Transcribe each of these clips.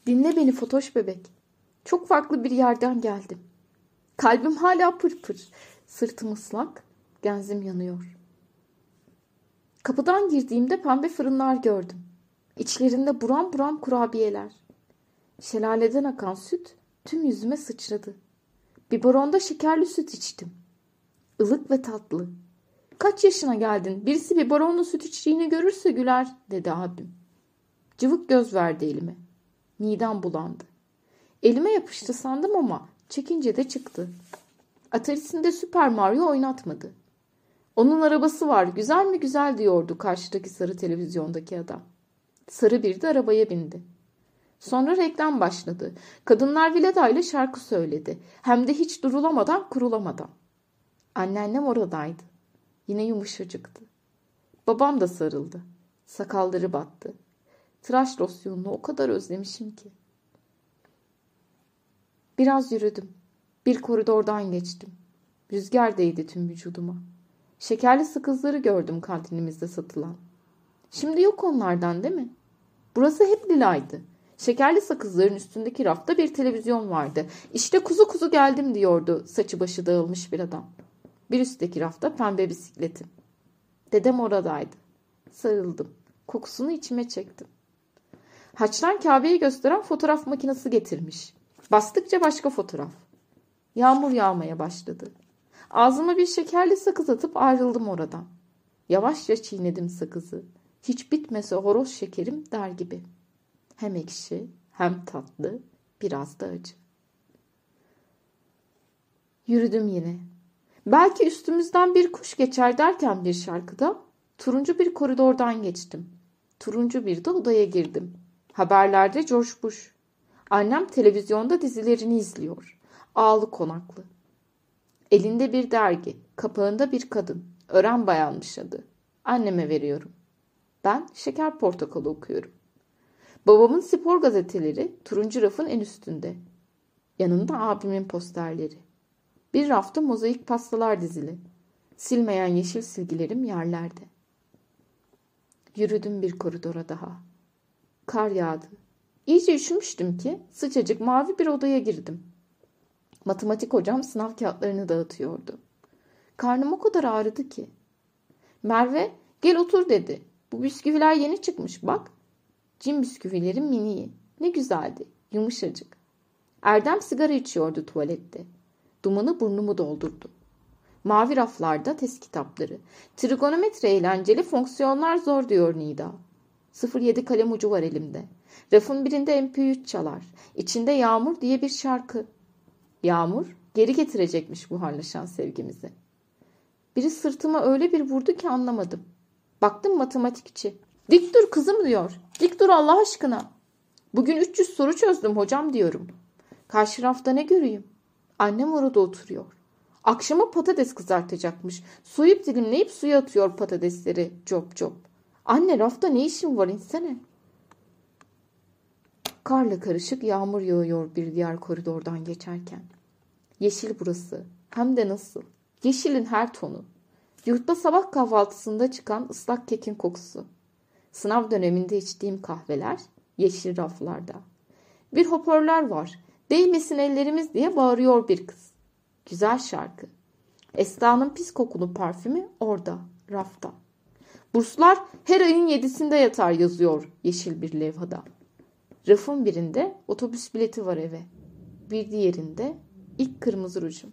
Dinle beni Fotoş bebek. Çok farklı bir yerden geldim. Kalbim hala pırpır. Sırtım ıslak, genzim yanıyor. Kapıdan girdiğimde pembe fırınlar gördüm. İçlerinde buram buram kurabiyeler. Şelaleden akan süt tüm yüzüme sıçradı. Biberonda şekerli süt içtim. Ilık ve tatlı. Kaç yaşına geldin? Birisi biberonla süt içtiğini görürse güler, dedi abim. Cıvık göz verdi elime. Midem bulandı. Elime yapıştı sandım ama çekince de çıktı. Atarisinde Süper Mario oynatmadı. Onun arabası var, güzel mi güzel diyordu karşıdaki sarı televizyondaki adam. Sarı bir de arabaya bindi. Sonra reklam başladı. Kadınlar Vileda ile şarkı söyledi. Hem de hiç durulamadan kurulamadan. Anneannem oradaydı. Yine yumuşacıktı. Babam da sarıldı. Sakalları battı. Tıraş losyonunu o kadar özlemişim ki. Biraz yürüdüm. Bir koridordan geçtim. Rüzgar değdi tüm vücuduma. Şekerli sakızları gördüm kantinimizde satılan. Şimdi yok onlardan değil mi? Burası hep lilaydı. Şekerli sakızların üstündeki rafta bir televizyon vardı. İşte kuzu kuzu geldim diyordu saçı başı dağılmış bir adam. Bir üstteki rafta pembe bisikletim. Dedem oradaydı. Sarıldım. Kokusunu içime çektim. Haçtan Kabe'yi gösteren fotoğraf makinesi getirmiş. Bastıkça başka fotoğraf. Yağmur yağmaya başladı. Ağzıma bir şekerli sakız atıp ayrıldım oradan. Yavaşça çiğnedim sakızı. Hiç bitmese horoz şekerim der gibi. Hem ekşi hem tatlı, biraz da acı. Yürüdüm yine. Belki üstümüzden bir kuş geçer derken bir şarkıda turuncu bir koridordan geçtim. Turuncu bir de odaya girdim. Haberlerde George Bush. Annem televizyonda dizilerini izliyor. Ağlı konaklı. Elinde bir dergi, kapağında bir kadın. Ören bayanmış adı. Anneme veriyorum. Ben Şeker Portakalı okuyorum. Babamın spor gazeteleri turuncu rafın en üstünde. Yanında abimin posterleri. Bir rafta mozaik pastalar dizili. Silmeyen yeşil silgilerim yerlerde. Yürüdüm bir koridora daha. Kar yağdı. İyice üşümüştüm ki sıcacık mavi bir odaya girdim. Matematik hocam sınav kağıtlarını dağıtıyordu. Karnım o kadar ağrıdı ki. Merve gel otur dedi. Bu bisküviler yeni çıkmış bak. Cin bisküvilerin miniği. Ne güzeldi. Yumuşacık. Erdem sigara içiyordu tuvalette. Dumanı burnumu doldurdu. Mavi raflarda test kitapları. Trigonometre eğlenceli, fonksiyonlar zor diyor Nida. 07 kalem ucu var elimde. Rafın birinde MP3 çalar. İçinde Yağmur diye bir şarkı. Yağmur geri getirecekmiş buharlaşan sevgimizi. Biri sırtıma öyle bir vurdu ki anlamadım. Baktım matematikçi. Dik dur kızım diyor. Dik dur Allah aşkına. Bugün 300 soru çözdüm hocam diyorum. Karşı rafta ne göreyim? Annem orada oturuyor. Akşama patates kızartacakmış. Soyup dilimleyip suya atıyor patatesleri cop cop. Anne rafta ne işin var insene? Karla karışık yağmur yağıyor bir diğer koridordan geçerken. Yeşil burası. Hem de nasıl? Yeşilin her tonu. Yurtta sabah kahvaltısında çıkan ıslak kekin kokusu. Sınav döneminde içtiğim kahveler yeşil raflarda. Bir hoparlör var. Değmesin ellerimiz diye bağırıyor bir kız. Güzel şarkı. Esra'nın pis kokulu parfümü orada, rafta. Burslar her ayın 7'sinde yatar yazıyor yeşil bir levhada. Rafın birinde otobüs bileti var eve. Bir diğerinde ilk kırmızı rujum.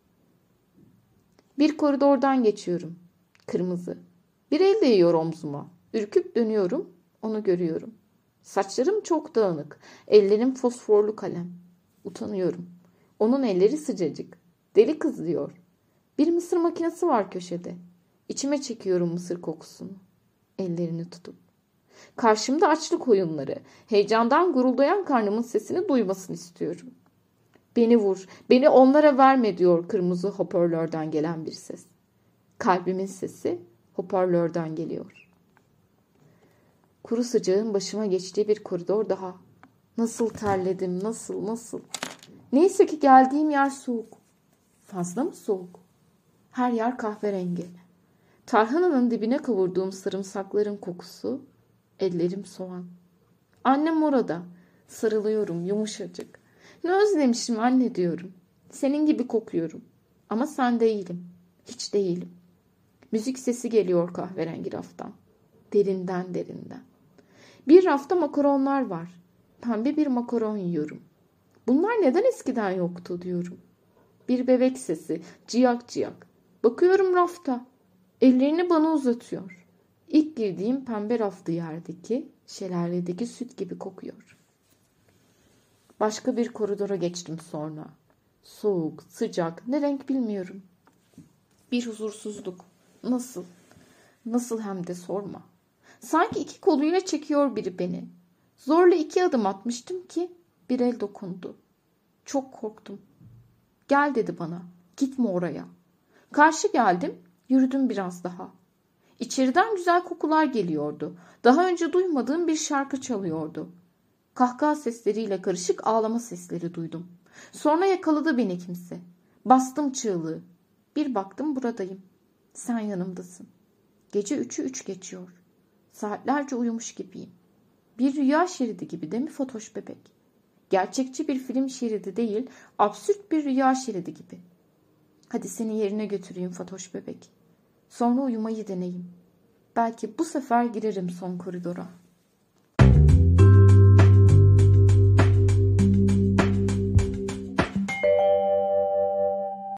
Bir koridordan geçiyorum. Kırmızı. Bir el değiyor omzuma. Ürküp dönüyorum. Onu görüyorum. Saçlarım çok dağınık. Ellerim fosforlu kalem. Utanıyorum. Onun elleri sıcacık. Deli kız diyor. Bir mısır makinesi var köşede. İçime çekiyorum mısır kokusunu. Ellerini tutup. Karşımda açlık oyunları. Heyecandan guruldayan karnımın sesini duymasını istiyorum. Beni vur, beni onlara verme diyor kırmızı hoparlörden gelen bir ses. Kalbimin sesi hoparlörden geliyor. Kuru sıcağın başıma geçtiği bir koridor daha. Nasıl terledim, nasıl. Neyse ki geldiğim yer soğuk. Fazla mı soğuk? Her yer kahverengi. Tarhananın dibine kavurduğum sarımsakların kokusu, ellerim soğan. Annem orada. Sarılıyorum yumuşacık. Ne özlemişim anne diyorum. Senin gibi kokuyorum. Ama sen değilim. Hiç değilim. Müzik sesi geliyor kahverengi raftan. Derinden derinden. Bir rafta makaronlar var. Pembe bir makaron yiyorum. Bunlar neden eskiden yoktu diyorum. Bir bebek sesi, ciyak ciyak. Bakıyorum rafta. Ellerini bana uzatıyor. İlk girdiğim pembe raflı yerdeki, şelaledeki süt gibi kokuyor. Başka bir koridora geçtim sonra. Soğuk, sıcak, ne renk bilmiyorum. Bir huzursuzluk. Nasıl? Nasıl hem de sorma. Sanki iki koluyla çekiyor biri beni. Zorla 2 adım atmıştım ki bir el dokundu. Çok korktum. Gel dedi bana. Gitme oraya. Karşı geldim, yürüdüm biraz daha. İçeriden güzel kokular geliyordu. Daha önce duymadığım bir şarkı çalıyordu. Kahkaha sesleriyle karışık ağlama sesleri duydum. Sonra yakaladı beni kimse. Bastım çığlığı. Bir baktım buradayım. Sen yanımdasın. Gece 3'ü 3 geçiyor. Saatlerce uyumuş gibiyim. Bir rüya şeridi gibi değil mi Fatoş bebek? Gerçekçi bir film şeridi değil, absürt bir rüya şeridi gibi. Hadi seni yerine götüreyim Fatoş bebek. Sonra uyumayı deneyim. Belki bu sefer girerim son koridora.